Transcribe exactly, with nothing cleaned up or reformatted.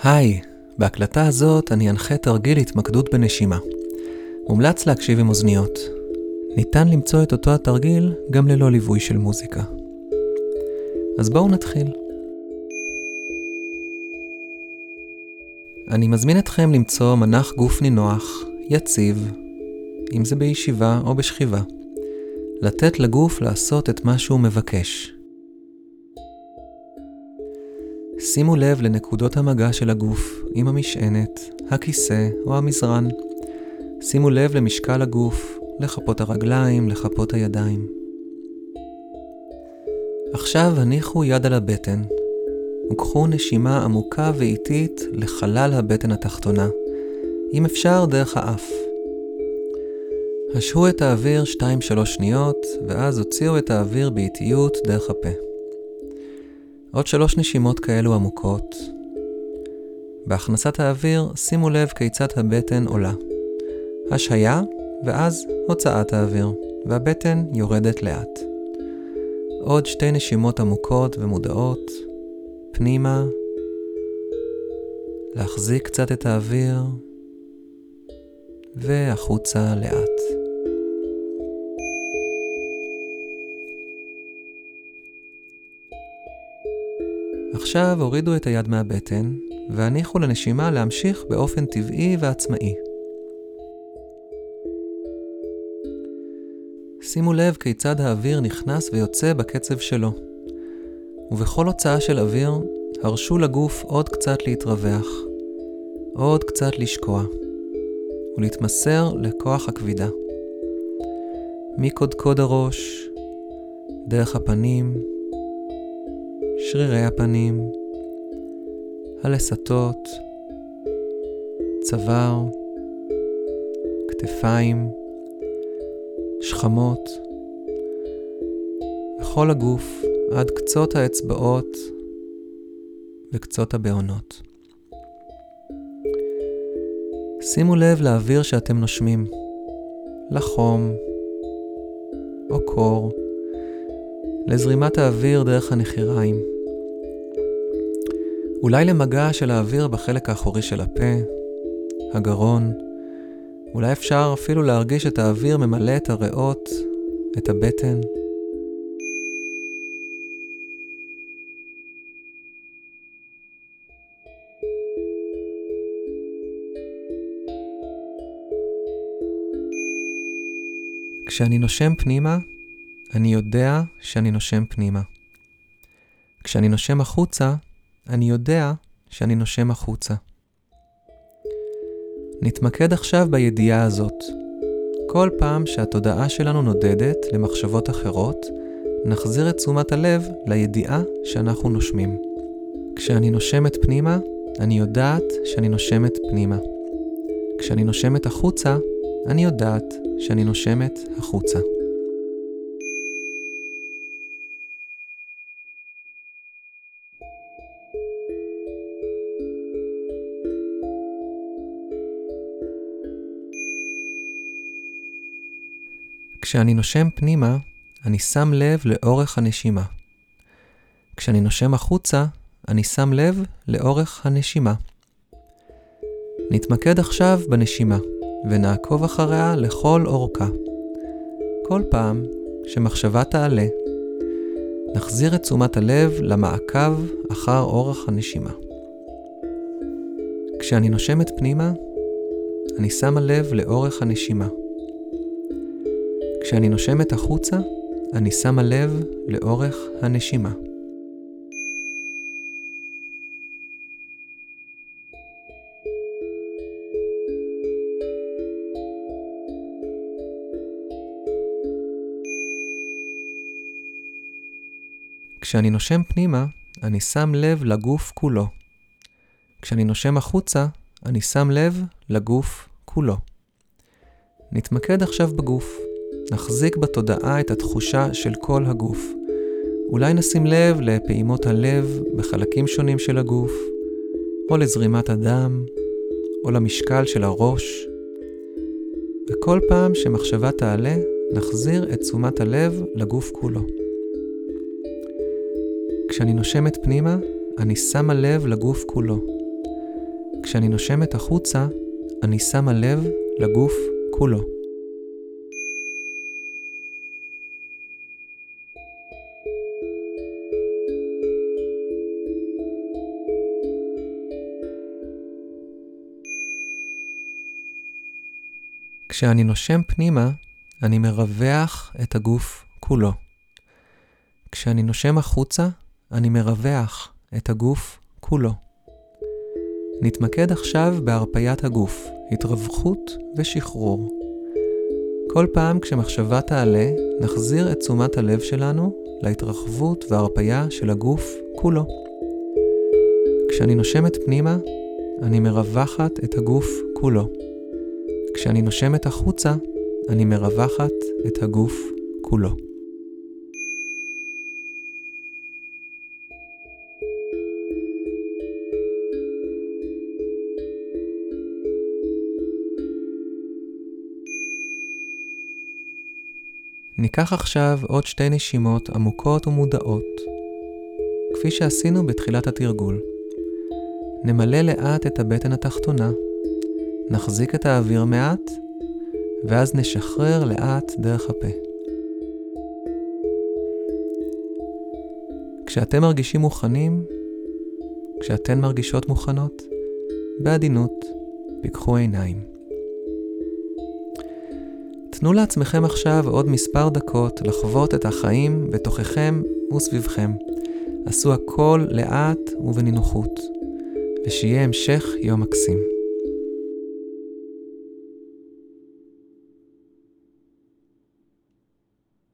היי, בהקלטה הזאת אני אנחה תרגיל התמקדות בנשימה. מומלץ להקשיב עם אוזניות. ניתן למצוא את אותו התרגיל גם ללא ליווי של מוזיקה. אז בואו נתחיל. אני מזמין אתכם למצוא מנח גוף נינוח, יציב, אם זה בישיבה או בשכיבה. לתת לגוף לעשות את מה שהוא מבקש. שימו לב לנקודות המגע של הגוף עם המשענת, הכיסא או המזרן. שימו לב למשקל הגוף, לכפות הרגליים, לכפות הידיים. עכשיו הניחו יד על הבטן, וקחו נשימה עמוקה ואיטית לחלל הבטן התחתונה, אם אפשר דרך האף. השהו את האוויר שתיים שלוש שניות, ואז הוציאו את האוויר באיטיות דרך הפה. עוד שלוש נשימות כאלו עמוקות. בהכנסת האוויר שימו לב כיצד הבטן עולה. השהיה ואז הוצאת האוויר, והבטן יורדת לאט. עוד שתי נשימות עמוקות ומודעות. פנימה. להחזיק קצת את האוויר. והחוצה לאט. עכשיו הורידו את היד מהבטן, והניחו לנשימה להמשיך באופן טבעי ועצמאי. שימו לב כיצד האוויר נכנס ויוצא בקצב שלו. ובכל הוצאה של אוויר, הרשו לגוף עוד קצת להתרווח, עוד קצת לשקוע, ולהתמסר לכוח הכבידה. מקודקוד הראש, דרך הפנים, שרירי הפנים, הלסתות, צוואר, כתפיים, שכמות, וכל הגוף עד קצות האצבעות וקצות הבעונות. שימו לב לאוויר שאתם נושמים, לחום או קור, לזרימת האוויר דרך הנחיריים. אולי למגע של האוויר בחלק האחורי של הפה, הגרון. אולי אפשר אפילו להרגיש את האוויר ממלא את הריאות, את הבטן. כשאני נושם פנימה, אני יודע שאני נושם פנימה. כשאני נושם החוצה, אני יודע שאני נושם החוצה. נתמקד עכשיו בידיעה הזאת. כל פעם שהתודעה שלנו נודדת למחשבות אחרות, נחזיר את תשומת הלב לידיעה שאנחנו נושמים. כשאני נושמת פנימה, אני יודעת שאני נושמת פנימה. כשאני נושמת החוצה, אני יודעת שאני נושמת החוצה. כשאני נושם פנימה, אני שם לב לאורך הנשימה. כשאני נושם החוצה, אני שם לב לאורך הנשימה. נתמקד עכשיו בנשימה, ונעקוב אחריה לכל אורכה. כל פעם שמחשבה תעלה, נחזיר את תשומת הלב למעקב אחר אורך הנשימה. כשאני נושמת פנימה, אני שמה לב לאורך הנשימה. כשאני נושמת החוצה, אני שמה לב לאורך הנשימה. כשאני נושם פנימה, אני שם לב לגוף כולו. כשאני נושם החוצה, אני שם לב לגוף כולו. נתמקד עכשיו בגוף. נחזיק בתודעה את התחושה של כל הגוף. אולי נשים לב לפעימות הלב בחלקים שונים של הגוף, או לזרימת הדם, או למשקל של הראש. וכל פעם שמחשבה תעלה, נחזיר את תשומת הלב לגוף כולו. כשאני נושמת פנימה, אני שמה לב לגוף כולו. כשאני נושמת החוצה, אני שמה לב לגוף כולו. כשאני נושם פנימה, אני מרווח את הגוף כולו. כשאני נושם החוצה, אני מרווח את הגוף כולו. נתמקד עכשיו בהרפיית הגוף, התרווחות ושחרור. כל פעם כשמחשבה תעלה, נחזיר את תשומת הלב שלנו להתרחבות וההרפיה של הגוף כולו. כשאני נושמת פנימה, אני מרווחת את הגוף כולו. כשאני נושמת החוצה, אני מרווחת את הגוף כולו. ניקח עכשיו עוד שתי נשימות עמוקות ומודעות, כפי שעשינו בתחילת התרגול. נמלא לאט את הבטן התחתונה, נחזיק את האוויר מעט, ואז נשחרר לאט דרך הפה. כשאתם מרגישים מוכנים, כשאתן מרגישות מוכנות, בעדינות, פיקחו עיניים. תנו לעצמכם עכשיו עוד מספר דקות לחוות את החיים בתוככם וסביבכם. עשו הכל לאט ובנינוחות, ושיהיה המשך יום מקסים.